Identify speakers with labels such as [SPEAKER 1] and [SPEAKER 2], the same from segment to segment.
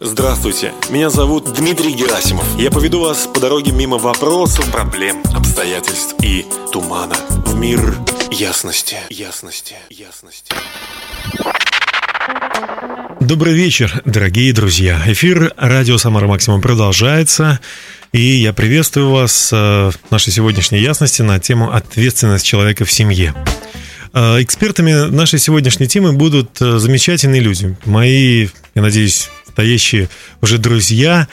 [SPEAKER 1] Здравствуйте, меня зовут Дмитрий Герасимов. Я поведу вас по дороге мимо вопросов, проблем, обстоятельств и тумана в мир ясности.
[SPEAKER 2] Добрый вечер, дорогие друзья. Эфир радио «Самара Максимум» продолжается. И я приветствую вас в нашей сегодняшней ясности на тему «Ответственность человека в семье». Экспертами нашей сегодняшней темы будут замечательные люди. Мои, я надеюсь, настоящие уже друзья,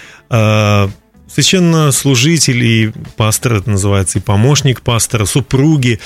[SPEAKER 2] священнослужитель и пастор, это называется, и помощник пастора, супруги.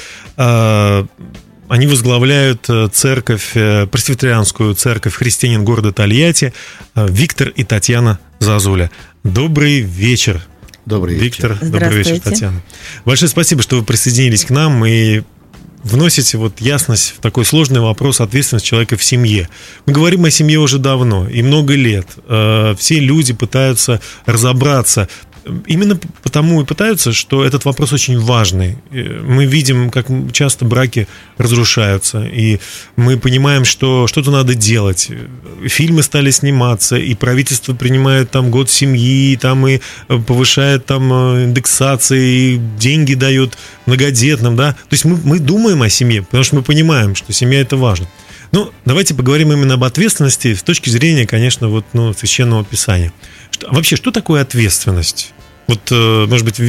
[SPEAKER 2] Они возглавляют церковь, пресвитерианскую церковь христианин города Тольятти, Виктор и Татьяна Зазуля. Добрый вечер.
[SPEAKER 3] Добрый вечер.
[SPEAKER 2] Виктор, добрый вечер, Татьяна. Большое спасибо, что вы присоединились к нам и вносите вот ясность в такой сложный вопрос ответственности человека в семье. Мы говорим о семье уже давно и много лет. Все люди пытаются разобраться. Именно потому и пытаются, что этот вопрос очень важный. Мы видим, как часто браки разрушаются, и мы понимаем, что что-то надо делать. Фильмы стали сниматься, и правительство принимает там год семьи, там и повышает там индексации, и деньги дает многодетным, да. То есть мы думаем о семье, потому что мы понимаем, что семья — это важно. Ну, давайте поговорим именно об ответственности с точки зрения, конечно, вот, священного писания. Вообще, что такое ответственность? Вот, может быть,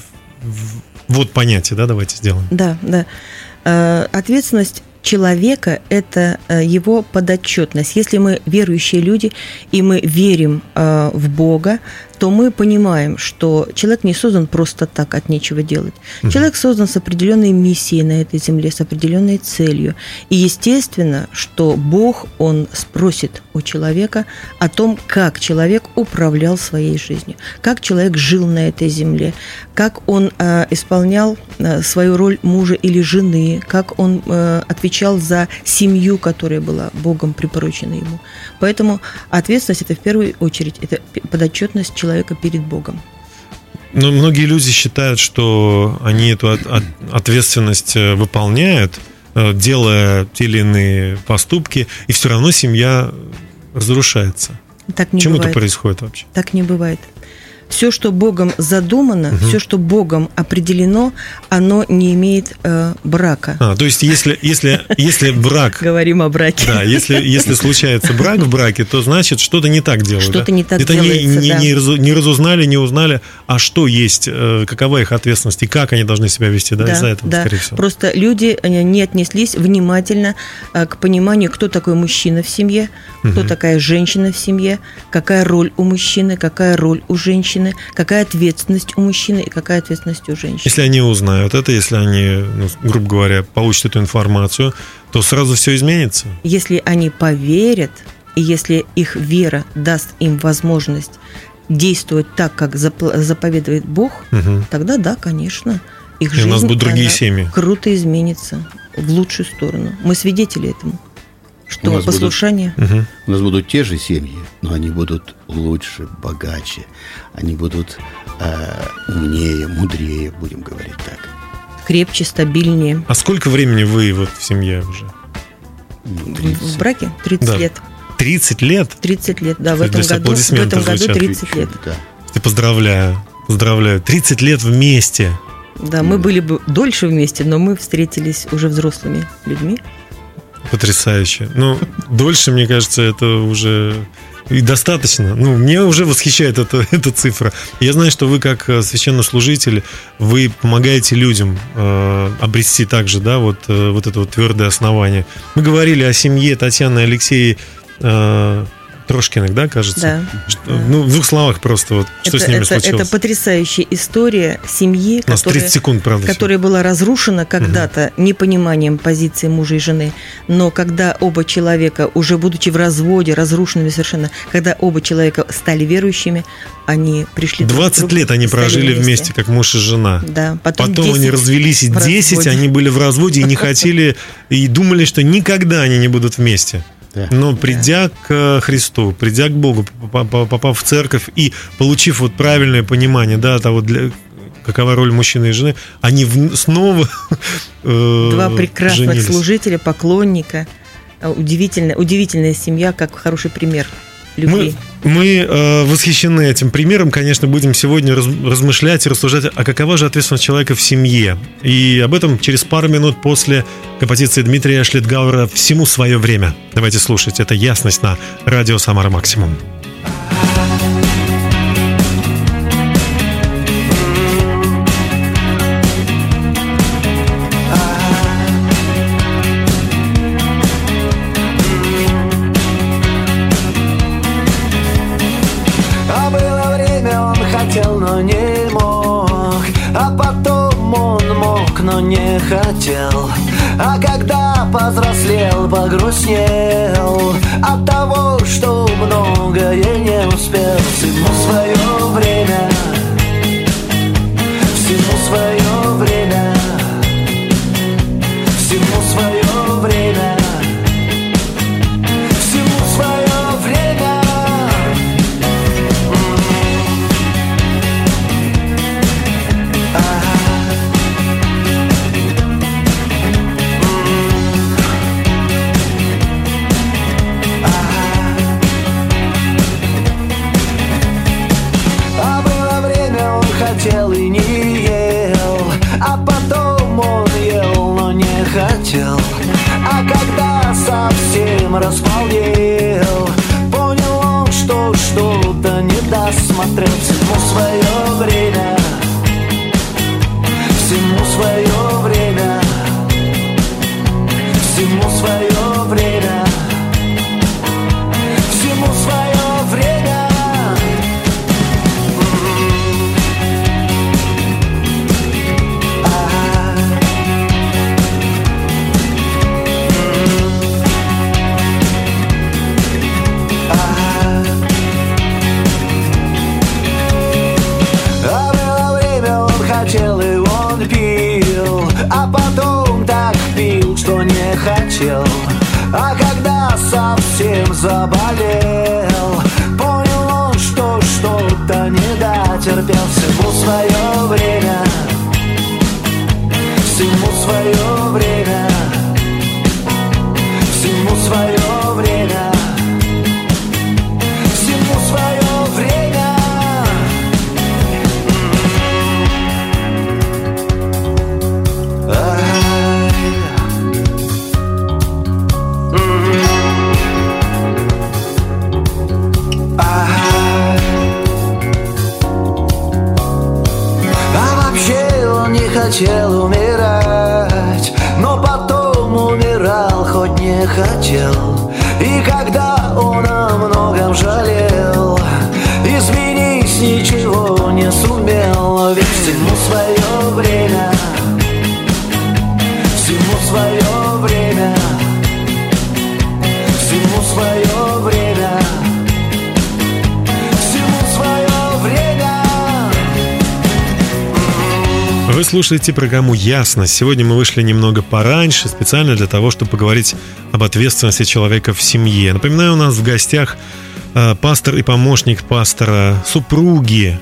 [SPEAKER 2] вот понятие, да, давайте сделаем.
[SPEAKER 4] Да. Ответственность человека – это его подотчетность. Если мы верующие люди, и мы верим в Бога, то мы понимаем, что человек не создан просто так, от нечего делать. Человек создан с определенной миссией на этой земле, с определенной целью. И естественно, что Бог, Он спросит у человека о том, как человек управлял своей жизнью, как человек жил на этой земле, как он исполнял свою роль мужа или жены, как он отвечал за семью, которая была Богом припоручена ему. Поэтому ответственность – это в первую очередь это подотчетность человека перед Богом.
[SPEAKER 2] Но многие люди считают, что они эту ответственность выполняют, делая те или иные поступки, и все равно семья разрушается.
[SPEAKER 4] Так не
[SPEAKER 2] Почему
[SPEAKER 4] бывает.
[SPEAKER 2] это происходит вообще?
[SPEAKER 4] Так не бывает. Все, что Богом задумано, все, что Богом определено, оно не имеет брака.
[SPEAKER 2] То есть, если брак...
[SPEAKER 4] Говорим о браке.
[SPEAKER 2] Да, если случается брак в браке, то значит, что-то не так делают.
[SPEAKER 4] Что-то
[SPEAKER 2] да?
[SPEAKER 4] не так
[SPEAKER 2] это
[SPEAKER 4] делается,
[SPEAKER 2] не разузнали, не узнали, а что есть, какова их ответственность и как они должны себя вести, да, из-за этого, скорее всего.
[SPEAKER 4] Просто люди не отнеслись внимательно к пониманию, кто такой мужчина в семье, кто такая женщина в семье, какая роль у мужчины, какая роль у женщины, какая ответственность у мужчины и какая ответственность у женщины.
[SPEAKER 2] Если они узнают это, если они, грубо говоря, получат эту информацию, то сразу все изменится.
[SPEAKER 4] Если они поверят, и если их вера даст им возможность действовать так, как заповедует Бог, тогда да, конечно, их жизнь,
[SPEAKER 2] у нас будут другие семьи.
[SPEAKER 4] Круто изменится в лучшую сторону. Мы свидетели этому. Что послушание.
[SPEAKER 3] У нас будут те же семьи, но они будут лучше, богаче, они будут умнее, мудрее, будем говорить так.
[SPEAKER 4] Крепче, стабильнее.
[SPEAKER 2] А сколько времени вы вот в семье уже?
[SPEAKER 4] 30. В браке 30 лет.
[SPEAKER 2] 30 лет?
[SPEAKER 4] 30 лет, да. В этом году 30 лет.
[SPEAKER 2] Да. Поздравляю. 30 лет вместе.
[SPEAKER 4] Да, мы были бы дольше вместе, но мы встретились уже взрослыми людьми.
[SPEAKER 2] Потрясающе. Дольше, мне кажется, это уже и достаточно. Мне уже восхищает эта цифра. Я знаю, что вы, как священнослужитель, вы помогаете людям обрести также, да, вот это вот твердое основание. Мы говорили о семье Татьяны и Алексея Трошкиных, да, кажется?
[SPEAKER 4] Да.
[SPEAKER 2] В двух словах просто, вот, что с ними случилось.
[SPEAKER 4] Это потрясающая история семьи, которая была разрушена когда-то непониманием позиции мужа и жены, но когда оба человека, уже будучи в разводе, разрушенными совершенно, когда оба человека стали верующими, они пришли
[SPEAKER 2] 20 лет они прожили вместе, как муж и жена.
[SPEAKER 4] Да,
[SPEAKER 2] потом они развелись, и 10 они были в разводе и не хотели, и думали, что никогда они не будут вместе. Но придя к Христу, придя к Богу, попав в церковь и получив вот правильное понимание, да, того, какова роль мужчины и жены, они снова
[SPEAKER 4] два прекрасных
[SPEAKER 2] женились.
[SPEAKER 4] Служителя, поклонника, удивительная семья, как хороший пример. любви.
[SPEAKER 2] Мы восхищены этим примером. Конечно, будем сегодня размышлять и рассуждать, а какова же ответственность человека в семье. И об этом через пару минут после композиции Дмитрия Шлитгауэра «Всему свое время». Давайте слушать. Это «Ясность» на радио «Самара Максимум».
[SPEAKER 5] Не хотел, а когда повзрослел, погрустнел от того, что многое не успел. Всему свое время, всему свое время, всему свое время, всему свое время. Хотел и не ел, а потом он ел, но не хотел. А когда совсем располнел, понял он, что что-то не досмотрел. Всему свое время, всему свое время, всему свое время, всему свое время. Хотел и он пил, а потом так пил, что не хотел. А когда совсем заболел, понял он, что что-то не дотерпел. Всему свое время, всему свое время, всему свое время, всему свое время. Хотел умирать, но потом умирал, хоть не хотел. И когда он о многом жалел, изменить ничего не сумел. Ведь всему свое время, всему свое время, всему свое время, всему свое время.
[SPEAKER 2] Вы слушаете программу «Ясность». Сегодня мы вышли немного пораньше, специально для того, чтобы поговорить об ответственности человека в семье. Напоминаю, у нас в гостях пастор и помощник пастора, супруги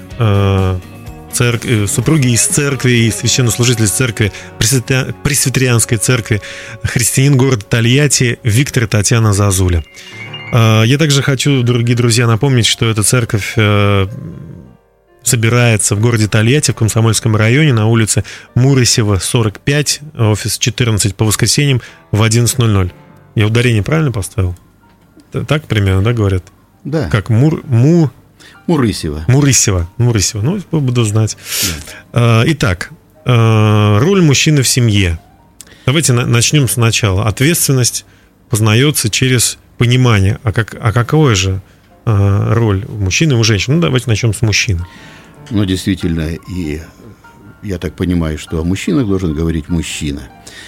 [SPEAKER 2] из церкви и священнослужитель из церкви, Пресвитерианской церкви, христианин города Тольятти Виктор и Татьяна Зазуля. Я также хочу, дорогие друзья, напомнить, что эта церковь собирается в городе Тольятти, в Комсомольском районе, на улице Мурысева, 45, офис 14, по воскресеньям в 11:00. Я ударение правильно поставил? Так примерно, да, говорят?
[SPEAKER 3] Да.
[SPEAKER 2] Как
[SPEAKER 3] Мурысева.
[SPEAKER 2] Мурысева. Ну, буду знать. Да. Итак, роль мужчины в семье. Давайте начнем сначала. Ответственность познается через понимание. А какая же роль у мужчины и у женщины? Ну, давайте начнем с мужчины.
[SPEAKER 3] Ну, действительно, и я так понимаю, что о мужчинах должен говорить мужчина.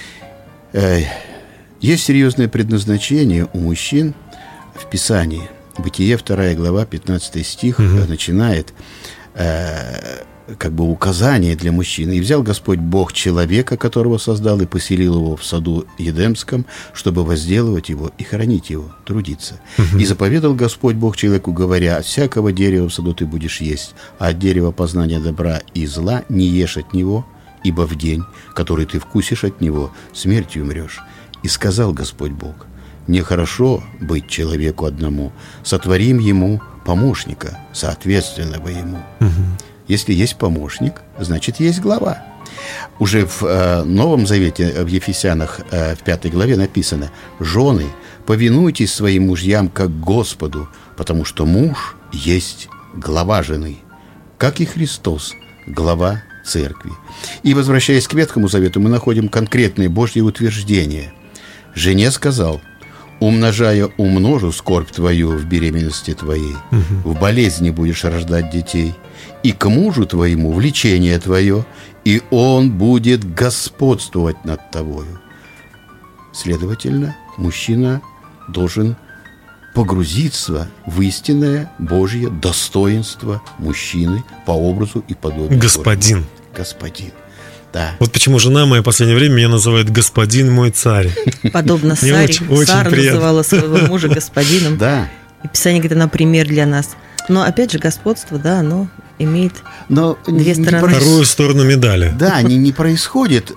[SPEAKER 3] Есть серьезное предназначение у мужчин в Писании. Бытие, 2 глава, 15 стих, начинает как бы указание для мужчины. «И взял Господь Бог человека, которого создал, и поселил его в саду Едемском, чтобы возделывать его и хранить его, трудиться. И заповедал Господь Бог человеку, говоря: от всякого дерева в саду ты будешь есть, а от дерева познания добра и зла не ешь от него, ибо в день, который ты вкусишь от него, смертью умрешь. И сказал Господь Бог: нехорошо быть человеку одному. Сотворим ему помощника, соответственного ему. Если есть помощник, значит, есть глава. Уже в Новом Завете, в Ефесянах, в 5 главе написано: «Жены, повинуйтесь своим мужьям как Господу, потому что муж есть глава жены, как и Христос, глава церкви». И, возвращаясь к Ветхому Завету, мы находим конкретные Божьи утверждения. «Жене сказал: умножая умножу скорбь твою в беременности твоей, в болезни будешь рождать детей, и к мужу твоему влечение твое, и он будет господствовать над тобою». Следовательно, мужчина должен погрузиться в истинное Божье достоинство мужчины по образу и подобию
[SPEAKER 2] Господин.
[SPEAKER 3] Божьему. Господин. Да.
[SPEAKER 2] Вот почему жена моя в последнее время меня называет господин мой царь.
[SPEAKER 4] Подобно Саре. Сара называла своего мужа господином.
[SPEAKER 3] Да.
[SPEAKER 4] И Писание говорит, она пример для нас. Но опять же, господство, да, оно имеет две стороны.
[SPEAKER 2] Вторую сторону медали.
[SPEAKER 3] Да, не происходит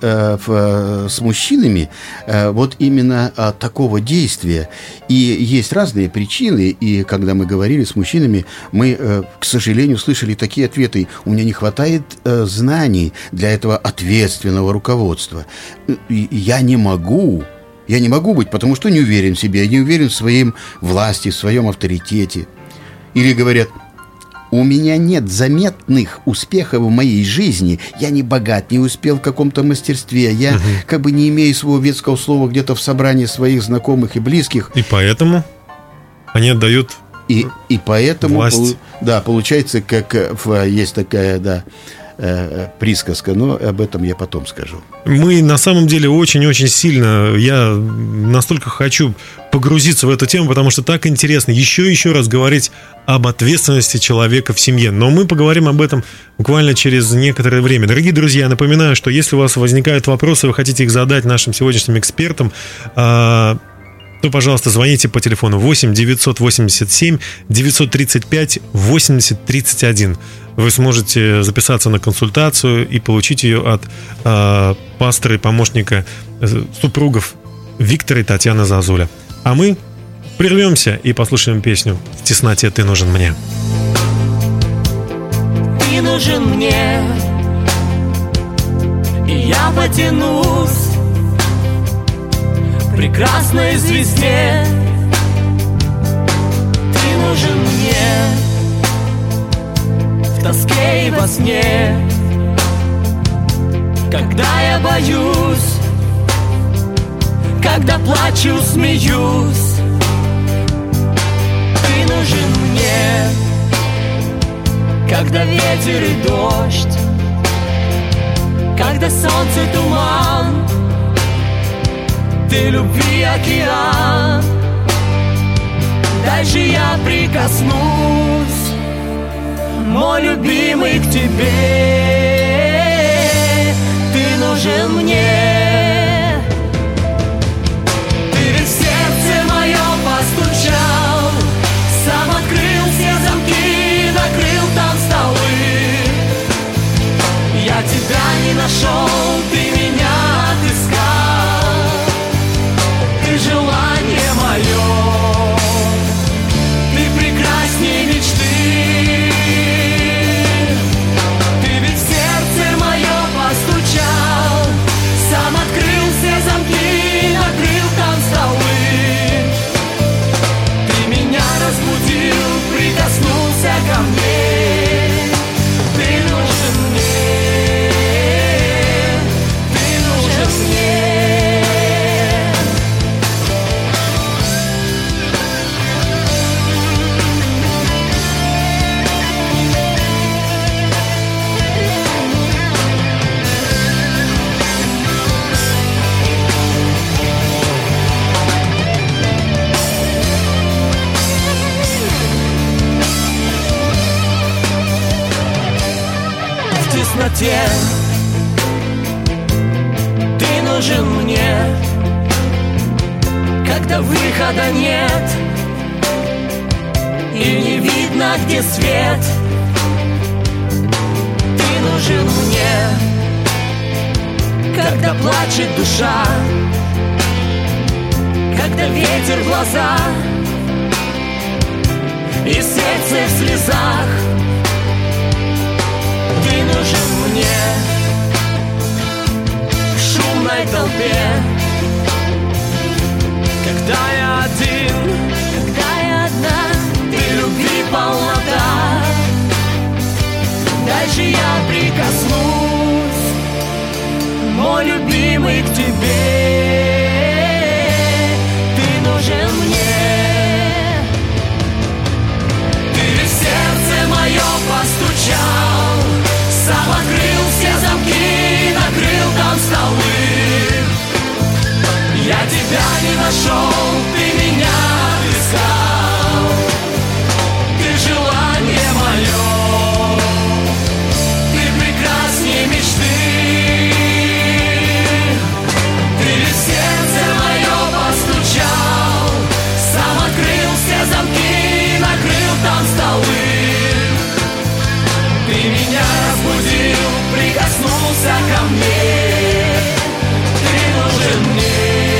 [SPEAKER 3] с мужчинами вот именно такого действия. И есть разные причины. И когда мы говорили с мужчинами, мы, к сожалению, слышали такие ответы: у меня не хватает знаний для этого ответственного руководства. Я не могу быть, потому что не уверен в себе, я не уверен в своей власти, в своем авторитете. Или говорят: у меня нет заметных успехов в моей жизни, я не богат, не успел в каком-то мастерстве, я как бы не имею своего ветского слова где-то в собрании своих знакомых и близких.
[SPEAKER 2] И поэтому они отдают
[SPEAKER 3] и поэтому
[SPEAKER 2] власть.
[SPEAKER 3] Да, получается, как есть такая, присказка, но об этом я потом скажу.
[SPEAKER 2] Мы на самом деле очень-очень сильно, я настолько хочу погрузиться в эту тему, потому что так интересно еще раз говорить об ответственности человека в семье. Но мы поговорим об этом буквально через некоторое время. Дорогие друзья, напоминаю, что если у вас возникают вопросы, вы хотите их задать нашим сегодняшним экспертам, то, пожалуйста, звоните по телефону 8 987 935 80 31. Вы сможете записаться на консультацию и получить ее от пастора и помощника супругов Виктора и Татьяны Зазуля. А мы прервемся и послушаем песню «В тесноте ты нужен мне».
[SPEAKER 6] Ты нужен мне, и я потянусь к прекрасной звезде. Ты нужен мне в тоске и во сне, когда я боюсь, когда плачу, смеюсь. Ты нужен мне, когда ветер и дождь, когда солнце, туман, ты любви океан. Дальше я прикоснусь, мой любимый, к тебе. Ты нужен мне. Ты ведь в сердце моем постучал, сам открыл все замки, накрыл там столы. Я тебя не нашел, ты меня отыскал. Ты желание мое, ты прекрасней мечты. Ты ведь в сердце мое постучал, сам открыл все замки, накрыл там столы. Ты меня разбудил, прикоснулся ко мне. Ты нужен мне, ты нужен мне. В тесноте ты нужен мне, когда выхода нет и не видно, где свет. Ты нужен мне, когда плачет душа, когда это ветер в глазах и сердце в слезах. Ты нужен мне в шумной толпе, когда я один, когда я одна, ты любви полнота. Дальше я прикоснусь, мой любимый, к тебе. Ты нужен мне. Ты в сердце мое постучал, сам открыл все замки, накрыл там столы. Я тебя не нашел, ты меня искал. Ты желание мое, ты прекрасней мечты. Ты в сердце мое постучал, сам открыл все замки, накрыл там столы. Ты меня разбудил, прикоснулся ко мне. Ты нужен мне.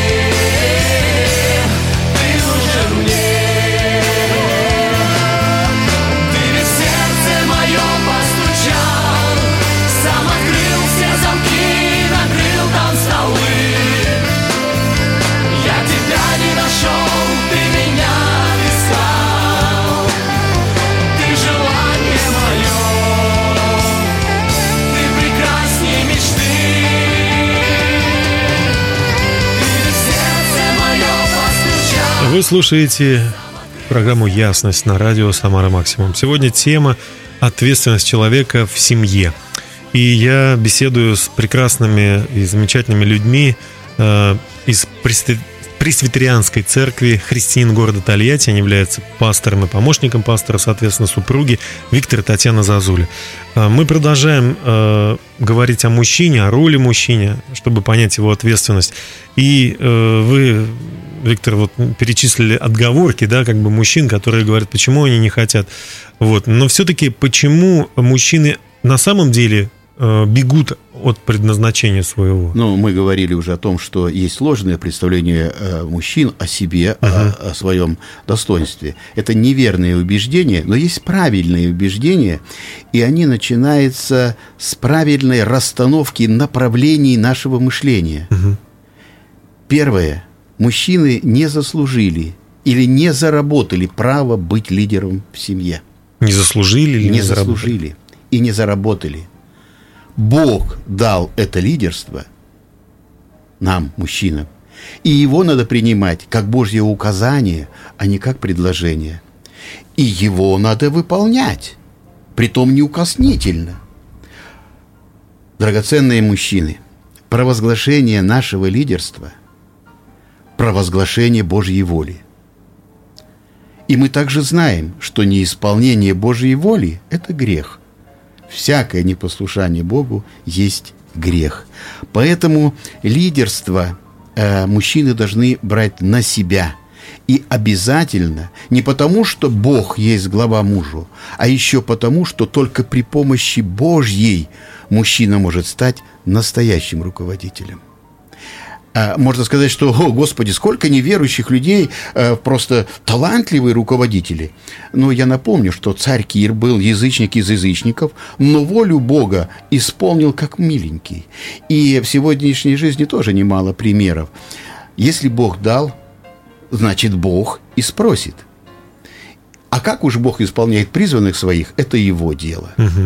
[SPEAKER 2] Вы слушаете программу «Ясность» на радио «Самара Максимум». Сегодня тема «Ответственность человека в семье». И я беседую с прекрасными и замечательными людьми из Пресвитерианской церкви христиан города Тольятти. Они являются пастором и помощником пастора, соответственно, супруги Виктор и Татьяна Зазули. Мы продолжаем говорить о мужчине, о роли мужчины, чтобы понять его ответственность. И вы, Виктор, вот перечислили отговорки, да, как бы мужчин, которые говорят, почему они не хотят. Вот. Но все-таки почему мужчины на самом деле бегут от предназначения своего?
[SPEAKER 3] Ну, мы говорили уже о том, что есть ложное представление мужчин о себе, о своем достоинстве. Это неверные убеждения, но есть правильные убеждения, и они начинаются с правильной расстановки направлений нашего мышления. Первое. Мужчины не заслужили или не заработали право быть лидером в семье.
[SPEAKER 2] Не заслужили или
[SPEAKER 3] не заслужили и не заработали. Бог дал это лидерство нам, мужчинам, и его надо принимать как Божье указание, а не как предложение. И его надо выполнять, притом неукоснительно. Драгоценные мужчины, провозглашение нашего лидерства – провозглашение Божьей воли. И мы также знаем, что неисполнение Божьей воли – это грех. Всякое непослушание Богу есть грех. Поэтому лидерство мужчины должны брать на себя. И обязательно не потому, что Бог есть глава мужу, а еще потому, что только при помощи Божьей мужчина может стать настоящим руководителем. Можно сказать, что, о, Господи, сколько неверующих людей, просто талантливые руководители. Но я напомню, что царь Кир был язычник из язычников, но волю Бога исполнил как миленький. И в сегодняшней жизни тоже немало примеров. Если Бог дал, значит, Бог и спросит. А как уж Бог исполняет призванных своих, это его дело.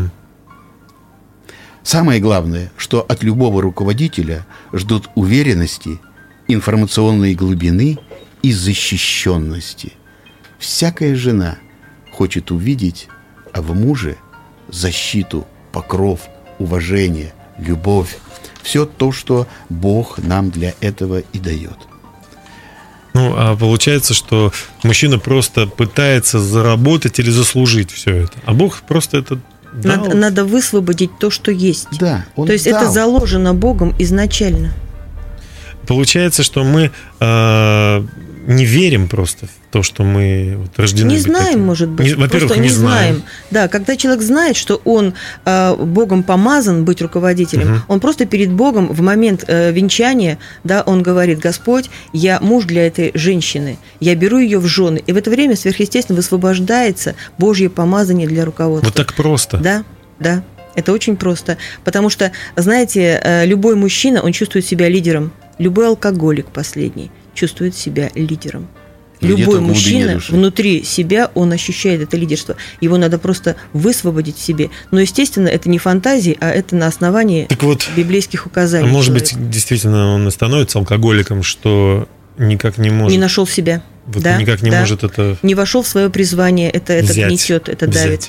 [SPEAKER 3] Самое главное, что от любого руководителя ждут уверенности, информационной глубины и защищенности. Всякая жена хочет увидеть в муже защиту, покров, уважение, любовь. Все то, что Бог нам для этого и дает.
[SPEAKER 2] Ну, а получается, что мужчина просто пытается заработать или заслужить все это, а Бог просто это...
[SPEAKER 4] Надо высвободить то, что есть.
[SPEAKER 3] Да,
[SPEAKER 4] то есть это заложено Богом изначально.
[SPEAKER 2] Получается, что мы не верим просто в то, что мы вот рождены.
[SPEAKER 4] Не знаем,
[SPEAKER 2] такими.
[SPEAKER 4] может быть.
[SPEAKER 2] Во-первых,
[SPEAKER 4] просто
[SPEAKER 2] не знаем.
[SPEAKER 4] Да, когда человек знает, что он Богом помазан быть руководителем, он просто перед Богом в момент венчания, да, он говорит: Господь, я муж для этой женщины, я беру ее в жены. И в это время сверхъестественно высвобождается Божье помазание для руководства.
[SPEAKER 2] Вот так просто.
[SPEAKER 4] Да. Это очень просто. Потому что, знаете, любой мужчина, он чувствует себя лидером. Любой алкоголик последний чувствует себя лидером. Любой мужчина внутри себя, он ощущает это лидерство. Его надо просто высвободить в себе. Но, естественно, это не фантазии, а это на основании библейских указаний.
[SPEAKER 2] Может быть, действительно, он и становится алкоголиком, что никак не может...
[SPEAKER 4] Не нашел себя.
[SPEAKER 2] Вот никак не может это...
[SPEAKER 4] Не вошел в свое призвание, это гнетет, это давит.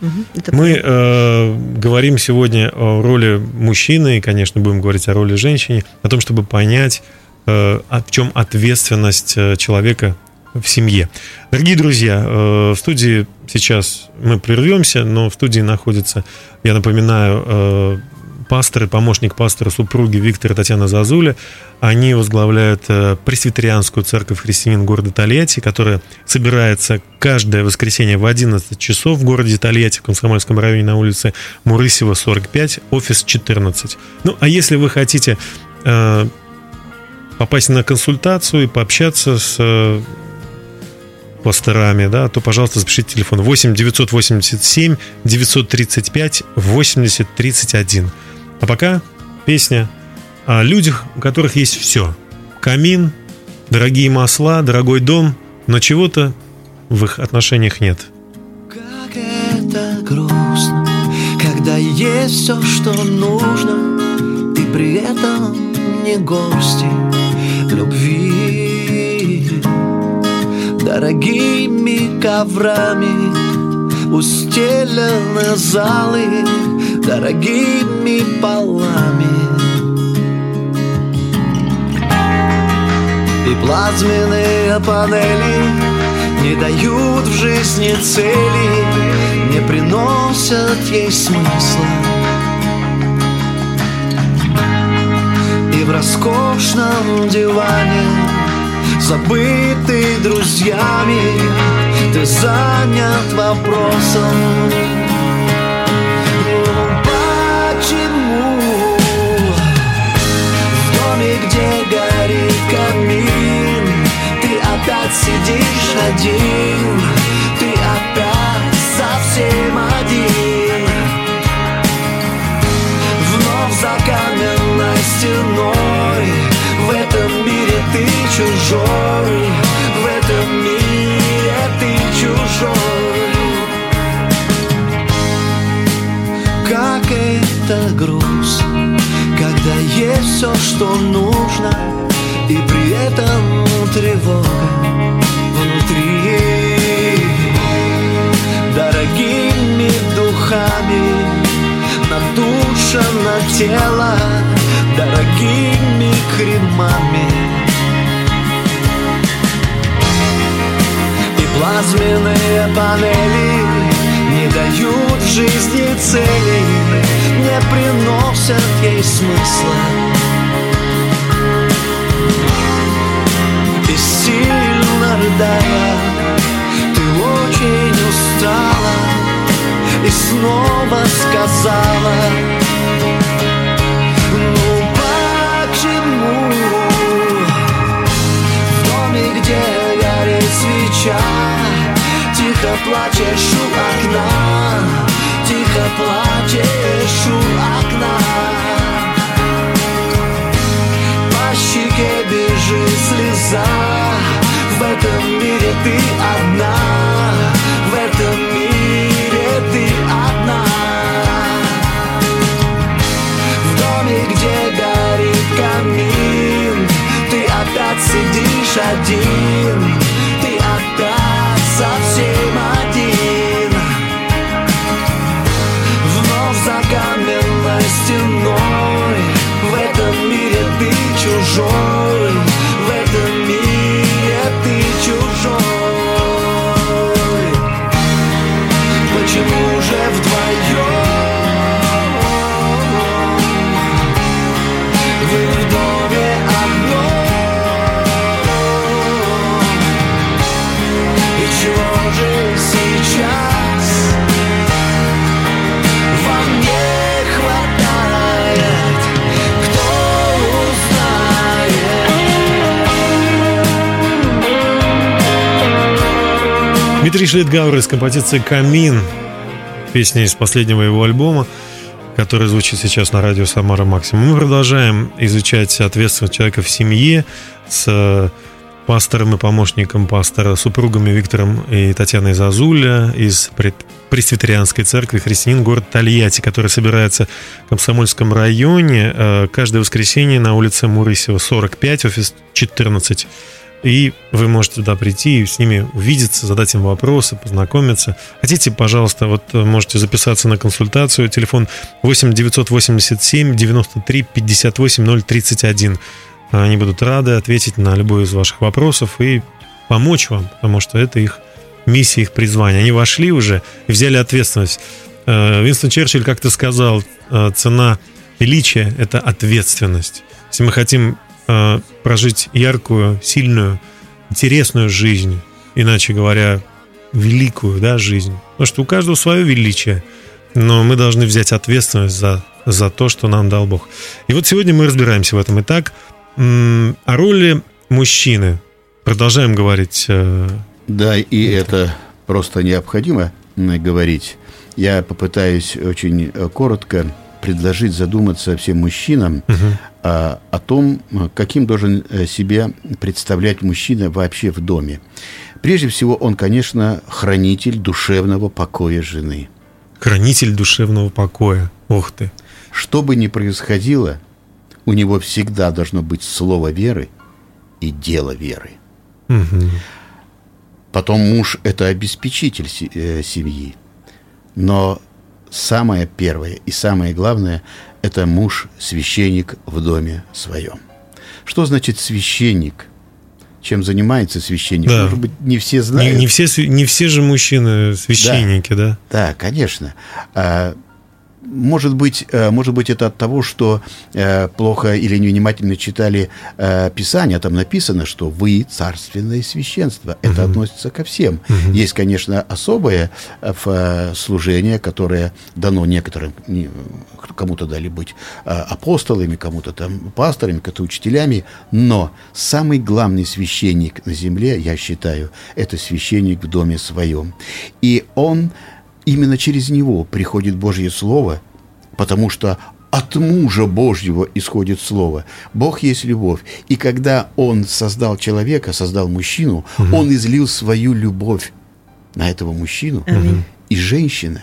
[SPEAKER 2] Мы говорим сегодня о роли мужчины, и, конечно, будем говорить о роли женщины, о том, чтобы понять, в чем ответственность человека в семье. Дорогие друзья, в студии сейчас мы прервемся, но в студии находится, я напоминаю, пастор и помощник пастора супруги Виктор и Татьяна Зазуля. Они возглавляют Пресвитерианскую церковь христианин города Тольятти, которая собирается каждое воскресенье в 11 часов в городе Тольятти, в Комсомольском районе на улице Мурысева, 45, офис 14. Ну, а если вы хотите попасть на консультацию и пообщаться с пасторами, да, то, пожалуйста, запишите телефон 8 987 935 80 31. А пока песня о людях, у которых есть все. Камин, дорогие масла, дорогой дом, но чего-то в их отношениях нет.
[SPEAKER 5] Как это грустно, когда есть все, что нужно, и при этом не гости любви. Дорогими коврами устелены залы, дорогими полами, и плазменные панели не дают в жизни цели, не приносят ей смысла. И в роскошном диване, забытый друзьями, ты занят вопросом: почему в доме, где горит камин, ты опять сидишь один, ты опять совсем один, вновь за каменной стеной. В этом мире ты чужой, в этом мире ты чужой. Как это грустно, когда есть все, что нужно, и при этом тревога внутри. Дорогими духами надушено тело, дорогими кремами, и плазменные панели не дают в жизни цели, не приносят ей смысла. И сильно рыдая, ты очень устала и снова сказала: где горит свеча, тихо плачешь у окна, тихо плачешь у окна. По щеке бежит слеза, в этом мире ты одна, в этом мире ты одна. В доме, где горит камин, ты опять сидишь один, ты опять совсем один, вновь за каменной стеной. В этом мире ты чужой, в этом мире ты чужой. Почему же вдвоем вы в доме одном?
[SPEAKER 2] Дмитрий Шлетгауэр из композиции «Камин». Песня из последнего его альбома, который звучит сейчас на радио «Самара Максимум». Мы продолжаем изучать ответственность человека в семье с пастором и помощником пастора, супругами Виктором и Татьяной Зазуля из Пресвитерианской церкви «Христианин», город Тольятти, который собирается в Комсомольском районе каждое воскресенье на улице Мурысева, 45, офис 14. И вы можете туда прийти и с ними увидеться, задать им вопросы, познакомиться. Хотите, пожалуйста, вот можете записаться на консультацию. Телефон 8 987 93 58 031. Они будут рады ответить на любой из ваших вопросов и помочь вам, потому что это их миссия, их призвание. Они вошли уже и взяли ответственность. Уинстон Черчилль как-то сказал, цена величия – это ответственность. Если мы хотим прожить яркую, сильную, интересную жизнь, иначе говоря, великую, да, жизнь, потому что у каждого свое величие, но мы должны взять ответственность за то, что нам дал Бог. И вот сегодня мы разбираемся в этом. Итак, о роли мужчины. Продолжаем говорить.
[SPEAKER 3] Да, и это просто необходимо говорить. Я попытаюсь очень коротко предложить задуматься всем мужчинам о том, каким должен себя представлять мужчина вообще в доме. Прежде всего, он, конечно, хранитель душевного покоя жены.
[SPEAKER 2] Хранитель душевного покоя. Ух ты.
[SPEAKER 3] Что бы ни происходило, у него всегда должно быть слово веры и дело веры. Потом муж – это обеспечитель семьи. Но самое первое и самое главное – это муж-священник в доме своем. Что значит священник? Чем занимается священник?
[SPEAKER 2] Да.
[SPEAKER 3] Может быть, не все знают.
[SPEAKER 2] Не все же мужчины священники, да?
[SPEAKER 3] Да, конечно. Может быть, это от того, что плохо или невнимательно читали Писание. Там написано, что вы царственное священство. Это относится ко всем. Есть, конечно, особое служение, которое дано некоторым. Кому-то дали быть апостолами, кому-то там пасторами, кому-то учителями. Но самый главный священник на земле, я считаю, это священник в доме своем. И он... Именно через него приходит Божье Слово, потому что от мужа Божьего исходит Слово. Бог есть любовь. И когда Он создал человека, создал мужчину, Он излил свою любовь на этого мужчину. И женщина,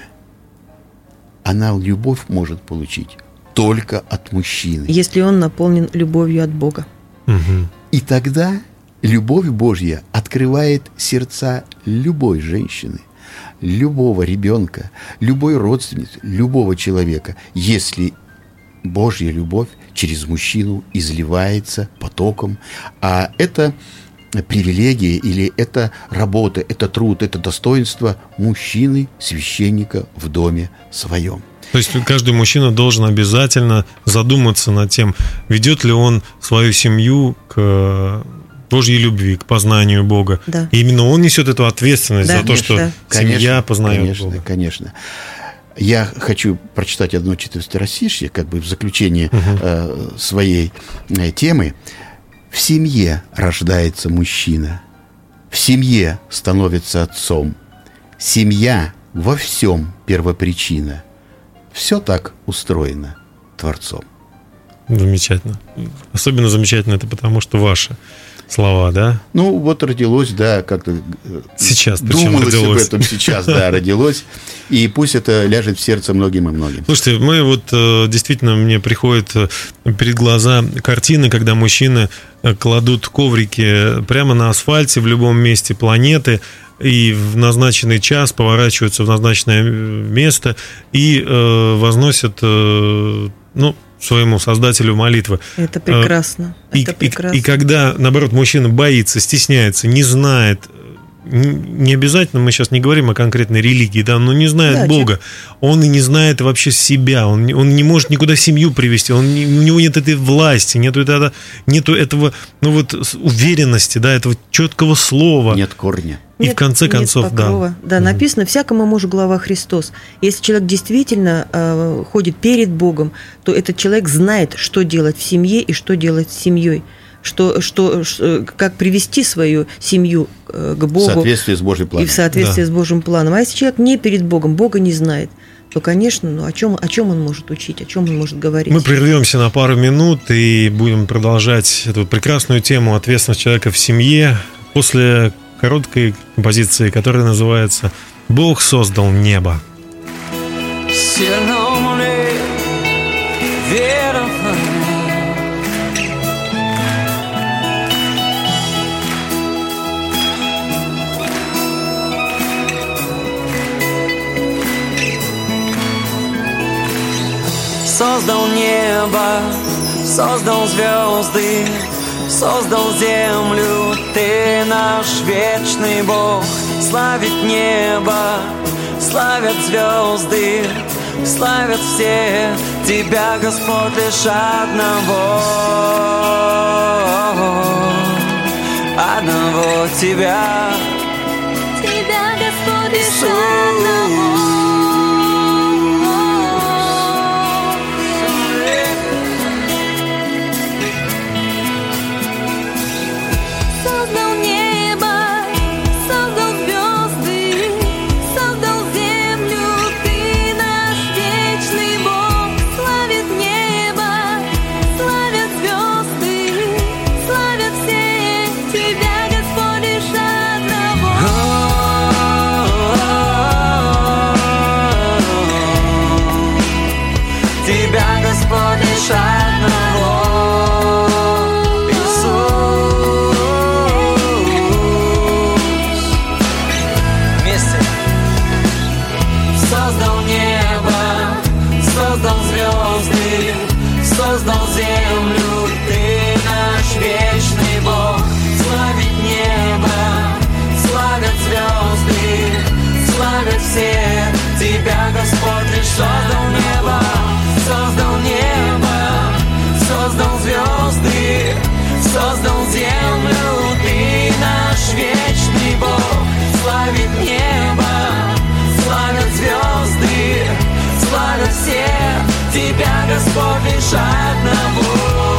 [SPEAKER 3] она любовь может получить только от мужчины.
[SPEAKER 4] Если он наполнен любовью от Бога.
[SPEAKER 3] И тогда любовь Божья открывает сердца любой женщины, любого ребенка, любой родственницы, любого человека, если Божья любовь через мужчину изливается потоком. А это привилегия или это работа, это труд, это достоинство мужчины, священника в доме своем.
[SPEAKER 2] То есть каждый мужчина должен обязательно задуматься над тем, ведет ли он свою семью к Божьей любви, к познанию Бога.
[SPEAKER 4] Да.
[SPEAKER 2] И именно он несет эту ответственность за то, что семья познает
[SPEAKER 3] конечно,
[SPEAKER 2] Бога.
[SPEAKER 3] Конечно. Я хочу прочитать одно четверостишье, как бы в заключение своей темы. В семье рождается мужчина, в семье становится отцом. Семья во всем первопричина. Все так устроено Творцом.
[SPEAKER 2] Замечательно. Особенно замечательно это потому, что ваши слова, да?
[SPEAKER 3] Ну, вот родилось, да, как-то...
[SPEAKER 2] Сейчас, причем
[SPEAKER 3] думалось
[SPEAKER 2] родилось.
[SPEAKER 3] об этом сейчас, да, родилось. И пусть это ляжет в сердце многим и многим.
[SPEAKER 2] Слушайте, мы вот действительно, мне приходит перед глаза картины, когда мужчины кладут коврики прямо на асфальте в любом месте планеты и в назначенный час поворачиваются в назначенное место и возносят, своему создателю молитвы.
[SPEAKER 4] Это прекрасно.
[SPEAKER 2] И когда, наоборот, мужчина боится, стесняется, не знает, не обязательно, мы сейчас не говорим о конкретной религии, да, но не знает Бога, он и не знает вообще себя, он не может никуда семью привести, у него нет этой власти, нету этого уверенности, да, этого четкого слова.
[SPEAKER 3] Нет корня.
[SPEAKER 2] И в конце концов,
[SPEAKER 4] покрова. Да, написано: всякому мужу глава Христос. Если человек действительно ходит перед Богом, то этот человек знает, что делать в семье и что делать с семьей. как привести свою семью к Богу.
[SPEAKER 3] В соответствии с Божьим планом.
[SPEAKER 4] И в соответствии с Божьим планом. А если человек не перед Богом, Бога не знает, то, конечно, о чем он может учить, о чем он может говорить?
[SPEAKER 2] Мы прервемся на пару минут и будем продолжать эту прекрасную тему ответственности человека в семье после короткой композиции, которая называется «Бог создал небо».
[SPEAKER 6] Создал небо, создал звезды, создал землю, ты наш вечный Бог. Славит небо, славят звезды, славят все тебя, Господь, лишь одного тебя.
[SPEAKER 7] Тебя, Господь, лишь одного.
[SPEAKER 6] Создал небо, создал звезды, создал землю, ты наш вечный Бог. Славит небо, славят звезды, славят все тебя, Господь, лишь одного.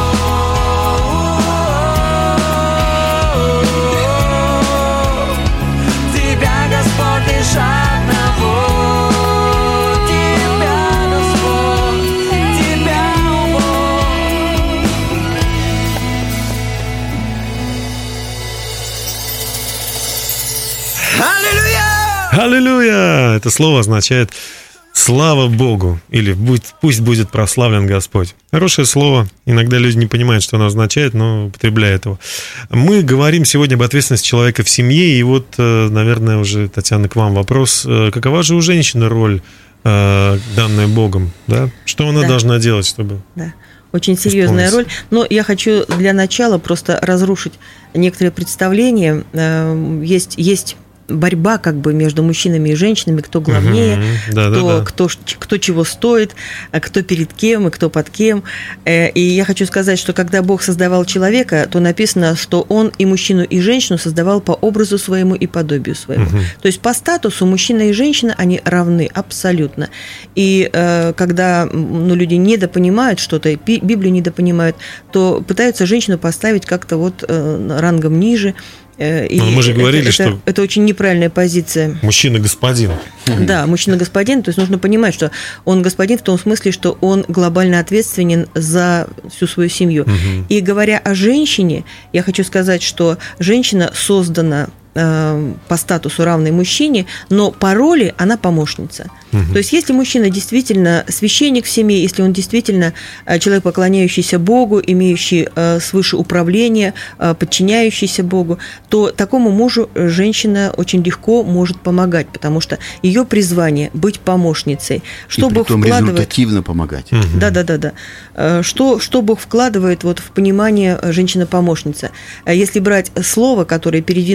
[SPEAKER 6] Тебя, Господь, лишь одного.
[SPEAKER 2] Аллилуйя! Это слово означает «слава Богу» или «пусть будет прославлен Господь». Хорошее слово. Иногда люди не понимают, что оно означает, но употребляют его. Мы говорим сегодня об ответственности человека в семье. И вот, наверное, уже, Татьяна, к вам вопрос. Какова же у женщины роль, данная Богом? Да? Что она должна делать, чтобы...
[SPEAKER 4] Да. Очень серьезная роль. Но я хочу для начала просто разрушить некоторые представления. Есть борьба как бы между мужчинами и женщинами, кто главнее, кто чего стоит, кто перед кем и кто под кем. И я хочу сказать, что когда Бог создавал человека, то написано, что Он и мужчину, и женщину создавал по образу своему и подобию своему. То есть по статусу мужчина и женщина, они равны абсолютно. И когда люди недопонимают что-то, Библию недопонимают, то пытаются женщину поставить как-то вот рангом ниже. И
[SPEAKER 2] мы же говорили, что
[SPEAKER 4] это очень неправильная позиция.
[SPEAKER 2] Мужчина-господин.
[SPEAKER 4] Да, мужчина-господин. То есть нужно понимать, что он господин в том смысле, что он глобально ответственен за всю свою семью. И говоря о женщине, я хочу сказать, что женщина создана по статусу равной мужчине, но по роли она помощница. То есть если мужчина действительно священник в семье, если он действительно человек, поклоняющийся Богу, имеющий свыше управление, подчиняющийся Богу, то такому мужу женщина очень легко может помогать, потому что ее призвание быть помощницей. Что
[SPEAKER 3] и
[SPEAKER 4] Бог
[SPEAKER 3] притом
[SPEAKER 4] вкладывает,
[SPEAKER 3] результативно помогать.
[SPEAKER 4] Да. Что Бог вкладывает вот в понимание женщина-помощница? Если брать слово, которое переведено, у нас везде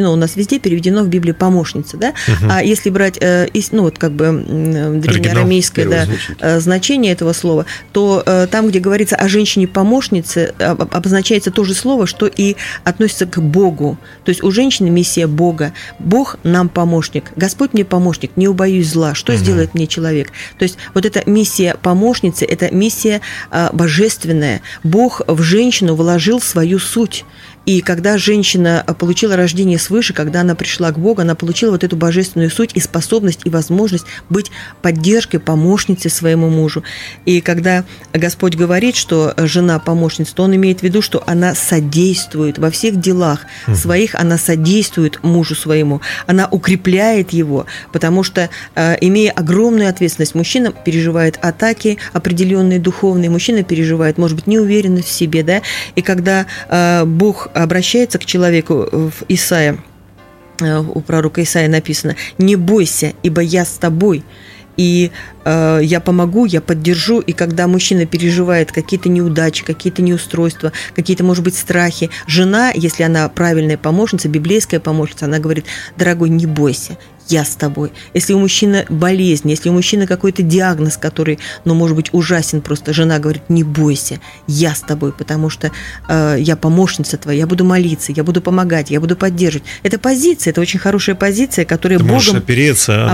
[SPEAKER 4] везде переведено в Библии помощница, да? А если брать, древнеарамейское значение этого слова, то там, где говорится о женщине-помощнице, обозначается то же слово, что и относится к Богу. То есть у женщины миссия Бога. Бог нам помощник. Господь мне помощник, не убоюсь зла. Что сделает мне человек? То есть вот эта миссия помощницы, это миссия божественная. Бог в женщину вложил свою суть. И когда женщина получила рождение свыше, когда она пришла к Богу, она получила вот эту божественную суть и способность, и возможность быть поддержкой, помощницей своему мужу. И когда Господь говорит, что жена помощница, то Он имеет в виду, что она содействует во всех делах своих, она содействует мужу своему, она укрепляет его, потому что, имея огромную ответственность, мужчина переживает атаки определенные духовные, мужчина переживает, может быть, неуверенность в себе, да, и когда Бог обращается к человеку в Исаия, у пророка Исаия написано: «Не бойся, ибо я с тобой, и я помогу, я поддержу». И когда мужчина переживает какие-то неудачи, какие-то неустройства, какие-то, может быть, страхи, жена, если она правильная помощница, библейская помощница, она говорит: «Дорогой, не бойся, я с тобой». Если у мужчины болезнь, если у мужчины какой-то диагноз, который, может быть, ужасен, просто жена говорит: «Не бойся, я с тобой, потому что я помощница твоя, я буду молиться, я буду помогать, я буду поддерживать». Это позиция, это очень хорошая позиция, которая
[SPEAKER 2] Ты
[SPEAKER 4] Богом...
[SPEAKER 2] можешь опереться.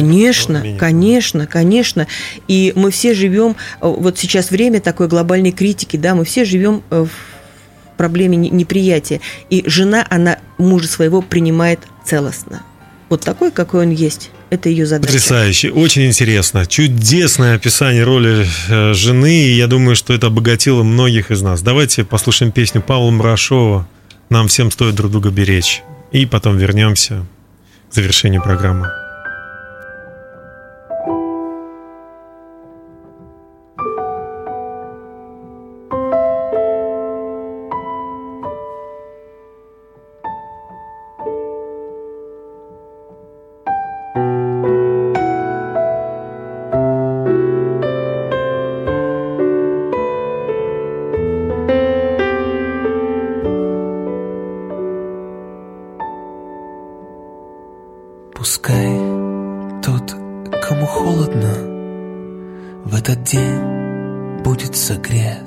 [SPEAKER 4] Конечно. И мы все живем, вот сейчас время такой глобальной критики, да, мы все живем в проблеме неприятия. И жена, она мужа своего принимает целостно. Вот такой, какой он есть. Это ее задача.
[SPEAKER 2] Потрясающе, очень интересно. Чудесное описание роли жены. И я думаю, что это обогатило многих из нас. Давайте послушаем песню Павла Мурашова «Нам всем стоит друг друга беречь». И потом вернемся к завершению программы.
[SPEAKER 5] Пускай тот, кому холодно, в этот день будет согрет.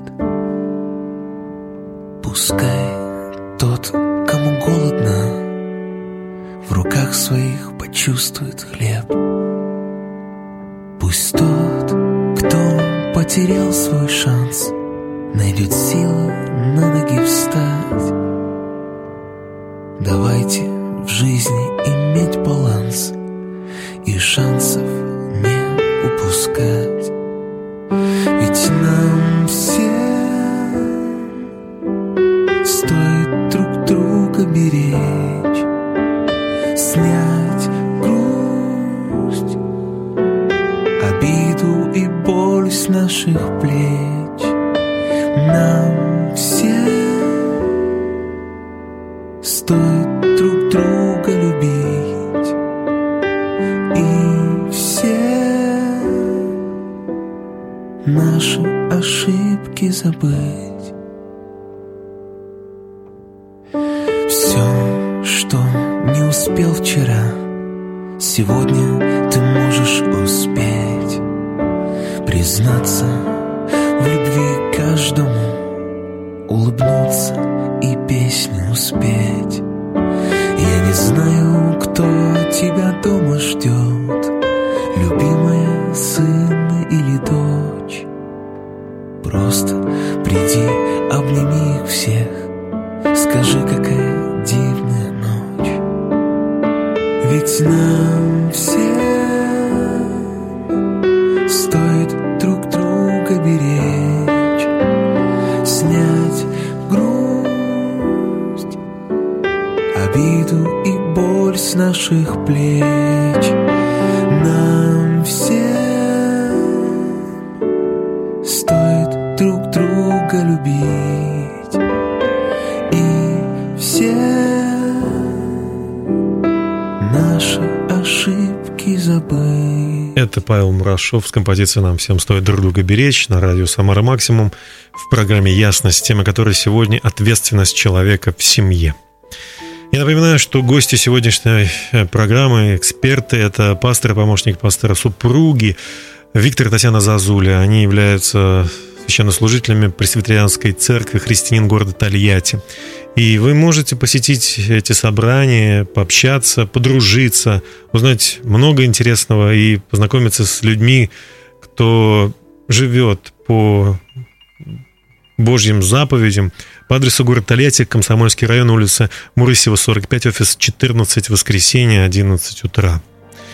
[SPEAKER 5] Пускай тот, кому голодно, в руках своих почувствует хлеб. Пусть тот, кто потерял свой шанс, найдет силы на ноги встать. Давайте в жизни иметь баланс и шансов не упускать. Ведь нам всем стоит друг друга беречь, снять грусть, обиду и боль с наших плеч. Нам всем стоит друг друга любить и все наши ошибки забыть. Все, что не успел вчера, сегодня ты можешь успеть. Признаться в любви каждому, улыбнуться и песню спеть. Я не знаю, кто тебя дома ждет, любимая, сына или дочь. Просто приди, обними их всех, скажи, какая дивная ночь. Ведь нам всем стоит друг друга беречь, снять грусть, обиду и боль с наших плеч. Нам всем стоит друг друга любить и все наши ошибки забыть.
[SPEAKER 2] Это Павел Мурашов с композицией «Нам всем стоит друг друга беречь» на радио «Самара Максимум» в программе «Ясность», тема которой сегодня «Ответственность человека в семье». Я напоминаю, что гости сегодняшней программы, эксперты, это пастор и помощник пастора, супруги Виктор и Татьяна Зазуля. Они являются священнослужителями Пресвитерианской церкви «Христианин» города Тольятти. И вы можете посетить эти собрания, пообщаться, подружиться, узнать много интересного и познакомиться с людьми, кто живет по Божьим заповедям. По адресу город Тольятти, Комсомольский район, улица Мурысева, 45, офис 14, воскресенье, 11 утра.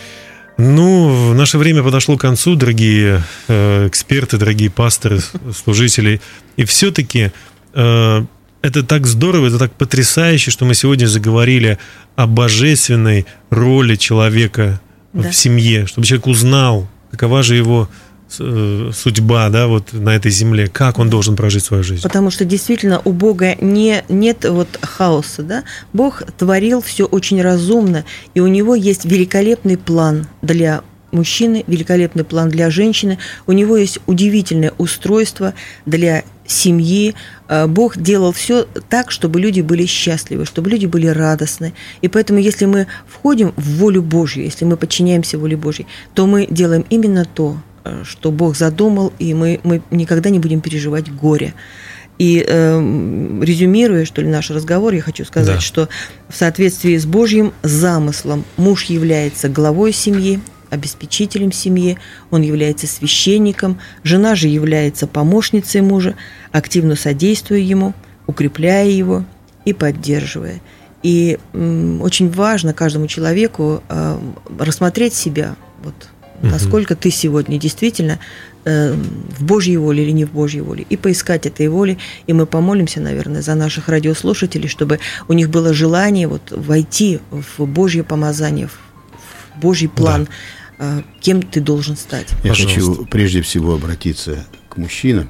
[SPEAKER 2] Ну, наше время подошло к концу, дорогие эксперты, дорогие пасторы, служители. И все-таки это так здорово, это так потрясающе, что мы сегодня заговорили о божественной роли человека в семье, чтобы человек узнал, какова же его судьба, да, вот на этой земле, как он должен прожить свою жизнь.
[SPEAKER 4] Потому что действительно у Бога нет вот хаоса, да? Бог творил все очень разумно, и у него есть великолепный план для мужчины, великолепный план для женщины, у него есть удивительное устройство для семьи. Бог делал все так, чтобы люди были счастливы, чтобы люди были радостны. И поэтому, если мы входим в волю Божью, если мы подчиняемся воле Божьей, то мы делаем именно то, что Бог задумал, и мы никогда не будем переживать горе. И резюмируя, что ли, наш разговор, я хочу сказать, что в соответствии с Божьим замыслом муж является главой семьи, обеспечителем семьи, он является священником, жена же является помощницей мужа, активно содействуя ему, укрепляя его и поддерживая. И очень важно каждому человеку рассмотреть себя, вот, насколько ты сегодня действительно в Божьей воле или не в Божьей воле, и поискать этой воли. И мы помолимся, наверное, за наших радиослушателей, чтобы у них было желание вот войти в Божье помазание, в Божий план, кем ты должен стать.
[SPEAKER 3] Я хочу прежде всего обратиться к мужчинам,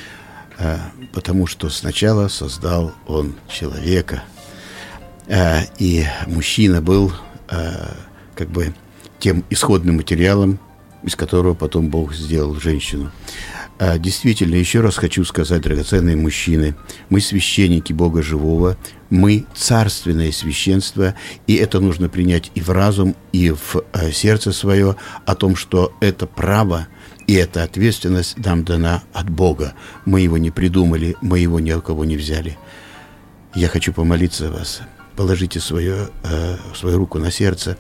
[SPEAKER 3] потому что сначала создал он человека, и мужчина был как бы тем исходным материалом, из которого потом Бог сделал женщину. Действительно, еще раз хочу сказать, драгоценные мужчины, мы священники Бога живого, мы царственное священство, и это нужно принять и в разум, и в сердце свое, о том, что это право и эта ответственность нам дана от Бога. Мы его не придумали, мы его ни у кого не взяли. Я хочу помолиться за вас. Положите свою руку на сердце,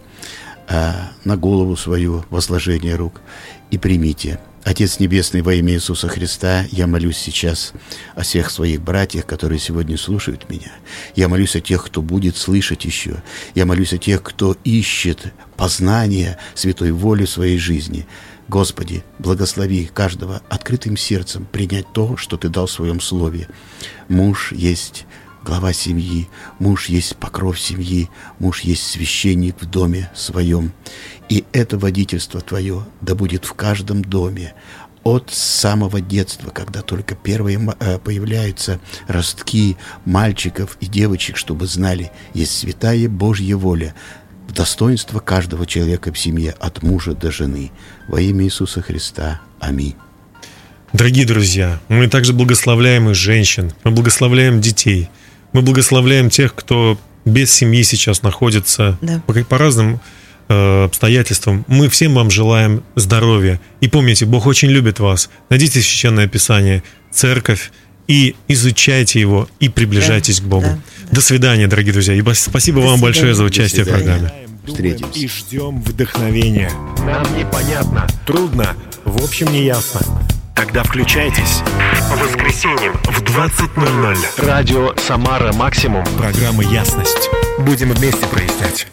[SPEAKER 3] на голову свою, возложение рук, и примите. Отец Небесный, во имя Иисуса Христа, я молюсь сейчас о всех своих братьях, которые сегодня слушают меня. Я молюсь о тех, кто будет слышать еще. Я молюсь о тех, кто ищет познания святой воли в своей жизни. Господи, благослови каждого открытым сердцем принять то, что Ты дал в Своем Слове. Муж есть глава семьи, муж есть покров семьи, муж есть священник в доме своем. И это водительство Твое да будет в каждом доме от самого детства, когда только первые появляются ростки мальчиков и девочек, чтобы знали, есть святая Божья воля, достоинство каждого человека в семье, от мужа до жены. Во имя Иисуса Христа. Аминь.
[SPEAKER 2] Дорогие друзья, мы также благословляем и женщин, мы благословляем детей, мы благословляем тех, кто без семьи сейчас находится по разным обстоятельствам. Мы всем вам желаем здоровья. И помните, Бог очень любит вас. Найдите Священное Писание, церковь, и изучайте его, и приближайтесь к Богу. До свидания, дорогие друзья. И спасибо вам большое за участие в программе.
[SPEAKER 3] Встретимся.
[SPEAKER 1] И ждем вдохновения. Нам непонятно, трудно, в общем, не ясно. Тогда включайтесь. По воскресеньям в 20:00. Радио «Самара Максимум». Программа «Ясность». Будем вместе прояснять.